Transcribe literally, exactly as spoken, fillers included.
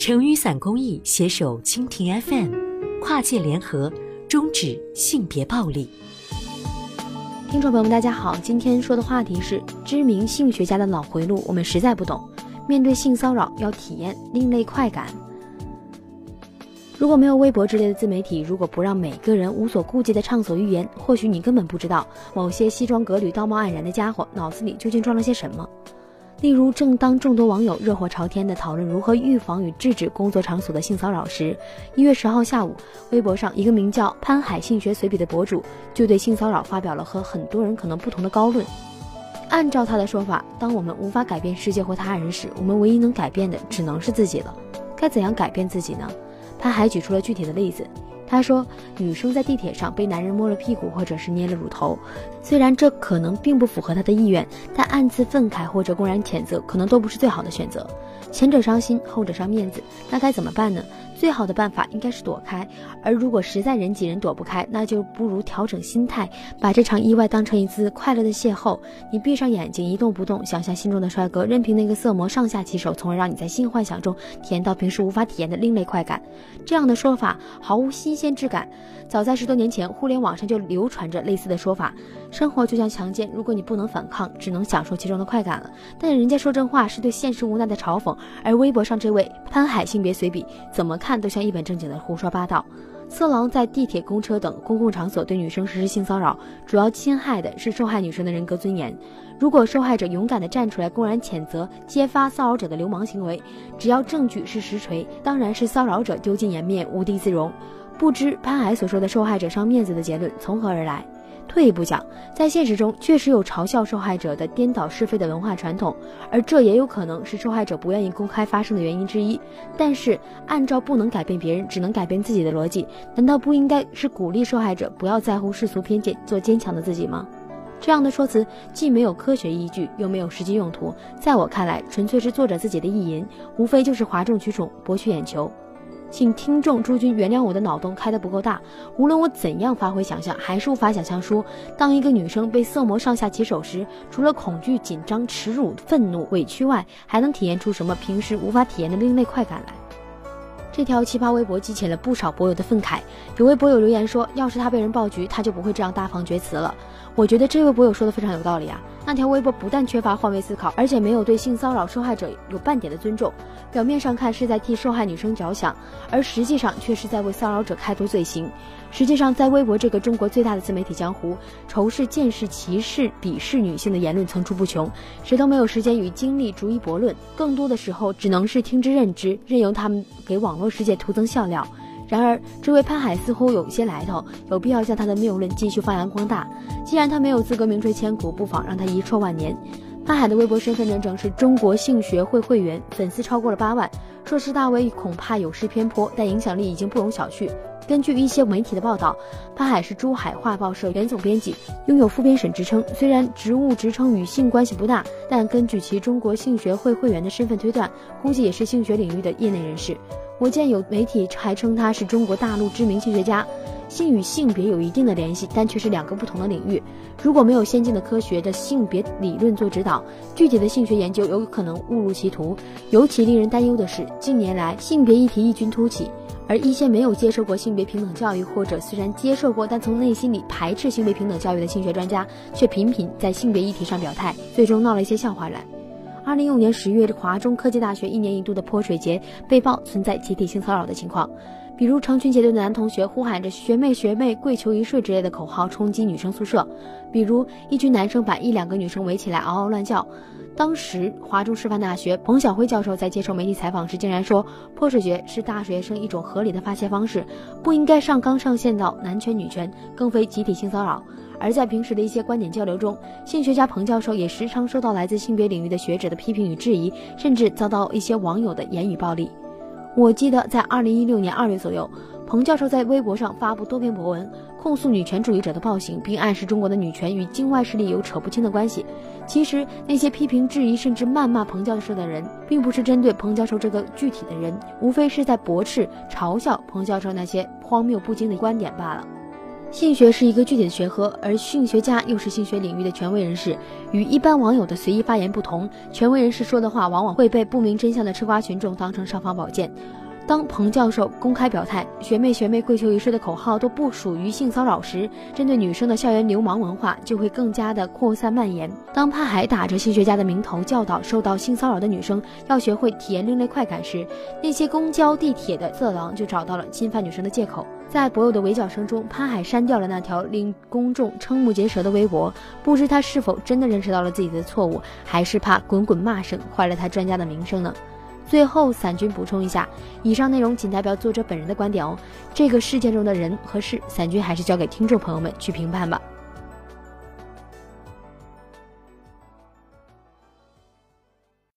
成雨伞公益携手蜻蜓 F M， 跨界联合，终止性别暴力。 听众朋友们大家好，今天说的话题是知名性学家的脑回路我们实在不懂，面对性骚扰要体验另类快感。如果没有微博之类的自媒体，如果不让每个人无所顾忌的畅所欲言，或许你根本不知道某些西装革履道貌岸然的家伙脑子里究竟装了些什么。例如，正当众多网友热火朝天地讨论如何预防与制止工作场所的性骚扰时，一月十号下午，微博上一个名叫潘海性学随笔的博主就对性骚扰发表了和很多人可能不同的高论。按照他的说法，当我们无法改变世界或他人时，我们唯一能改变的只能是自己了。该怎样改变自己呢？他还举出了具体的例子。他说，女生在地铁上被男人摸了屁股或者是捏了乳头，虽然这可能并不符合她的意愿，但暗自愤慨或者公然谴责可能都不是最好的选择。前者伤心，后者伤面子，那该怎么办呢？最好的办法应该是躲开，而如果实在人挤人躲不开，那就不如调整心态，把这场意外当成一次快乐的邂逅。你闭上眼睛一动不动，想象心中的帅哥，任凭那个色魔上下其手，从而让你在性幻想中体验到平时无法体验的另类快感。这样的说法毫无新鲜质感，早在十多年前互联网上就流传着类似的说法。生活就像强奸，如果你不能反抗，只能享受其中的快感了。但人家说真话是对现实无奈的嘲讽，而微博上这位潘海性别随笔怎么看都像一本正经的胡说八道。色狼在地铁、公车等公共场所对女生实施性骚扰，主要侵害的是受害女生的人格尊严。如果受害者勇敢地站出来公然谴责揭发骚扰者的流氓行为，只要证据是实锤，当然是骚扰者丢尽颜面，无地自容。不知潘海所说的受害者伤面子的结论从何而来？退一步讲，在现实中确实有嘲笑受害者的颠倒是非的文化传统，而这也有可能是受害者不愿意公开发声的原因之一。但是按照不能改变别人只能改变自己的逻辑，难道不应该是鼓励受害者不要在乎世俗偏见，做坚强的自己吗？这样的说辞既没有科学依据，又没有实际用途，在我看来纯粹是作者自己的意淫，无非就是哗众取宠，博取眼球。请听众诸君原谅我的脑洞开得不够大，无论我怎样发挥想象，还是无法想象出当一个女生被色魔上下其手时，除了恐惧、紧张、耻辱、愤怒、委屈外，还能体验出什么平时无法体验的另类快感来。这条奇葩微博激起了不少博友的愤慨，有位博友留言说，要是他被人爆菊，他就不会这样大放厥词了。我觉得这位博友说的非常有道理啊，那条微博不但缺乏换位思考，而且没有对性骚扰受害者有半点的尊重。表面上看是在替受害女生着想，而实际上却是在为骚扰者开脱罪行。实际上，在微博这个中国最大的自媒体江湖，仇视、见视、歧视、鄙视女性的言论层出不穷，谁都没有时间与精力逐一驳论，更多的时候只能是听之任之，任由他们给网络世界徒增笑料。然而，这位潘海似乎有些来头，有必要将他的谬论继续发扬光大。既然他没有资格名垂千古，不妨让他遗臭万年。潘海的微博身份认证是中国性学会会员，粉丝超过了八万。说是大 V 恐怕有失偏颇，但影响力已经不容小觑。根据一些媒体的报道，潘海是珠海画报社原总编辑，拥有副编审职称。虽然职务职称与性关系不大，但根据其中国性学会会员的身份推断，估计也是性学领域的业内人士。我见有媒体还称他是中国大陆知名性学家。性与性别有一定的联系，但却是两个不同的领域。如果没有先进的科学的性别理论做指导，具体的性学研究有可能误入歧途。尤其令人担忧的是，近年来性别议题异军突起，而一些没有接受过性别平等教育，或者虽然接受过但从内心里排斥性别平等教育的性学专家，却频频在性别议题上表态，最终闹了一些笑话来。二零一五年十月，华中科技大学一年一度的泼水节被曝存在集体性骚扰的情况，比如成群结队的男同学呼喊着学妹学妹跪求一睡之类的口号冲击女生宿舍，比如一群男生把一两个女生围起来嗷嗷乱叫。当时华中师范大学彭晓辉教授在接受媒体采访时竟然说，泼水节是大学生一种合理的发泄方式，不应该上纲上线到男权女权，更非集体性骚扰。而在平时的一些观点交流中，性学家彭教授也时常收到来自性别领域的学者的批评与质疑，甚至遭到一些网友的言语暴力。我记得在二零一六年二月左右，彭教授在微博上发布多篇博文，控诉女权主义者的暴行，并暗示中国的女权与境外势力有扯不清的关系。其实那些批评质疑甚至谩骂彭教授的人，并不是针对彭教授这个具体的人，无非是在驳斥嘲笑彭教授那些荒谬不经的观点罢了。 性学是一个具体的学科，而性学家又是性学领域的权威人士。与一般网友的随意发言不同，权威人士说的话往往会被不明真相的吃瓜群众当成尚方宝剑。当彭教授公开表态“学妹学妹跪求一睡”的口号都不属于性骚扰时，针对女生的校园流氓文化就会更加的扩散蔓延。当帕海打着性学家的名头教导受到性骚扰的女生要学会体验另类快感时，那些公交地铁的色狼就找到了侵犯女生的借口。在博友的围剿声中，帕海删掉了那条令公众瞠目结舌的微博，不知他是否真的认识到了自己的错误，还是怕滚滚骂声坏了他专家的名声呢？最后伞君补充一下，以上内容仅代表作者本人的观点哦，这个事件中的人和事，伞君还是交给听众朋友们去评判吧。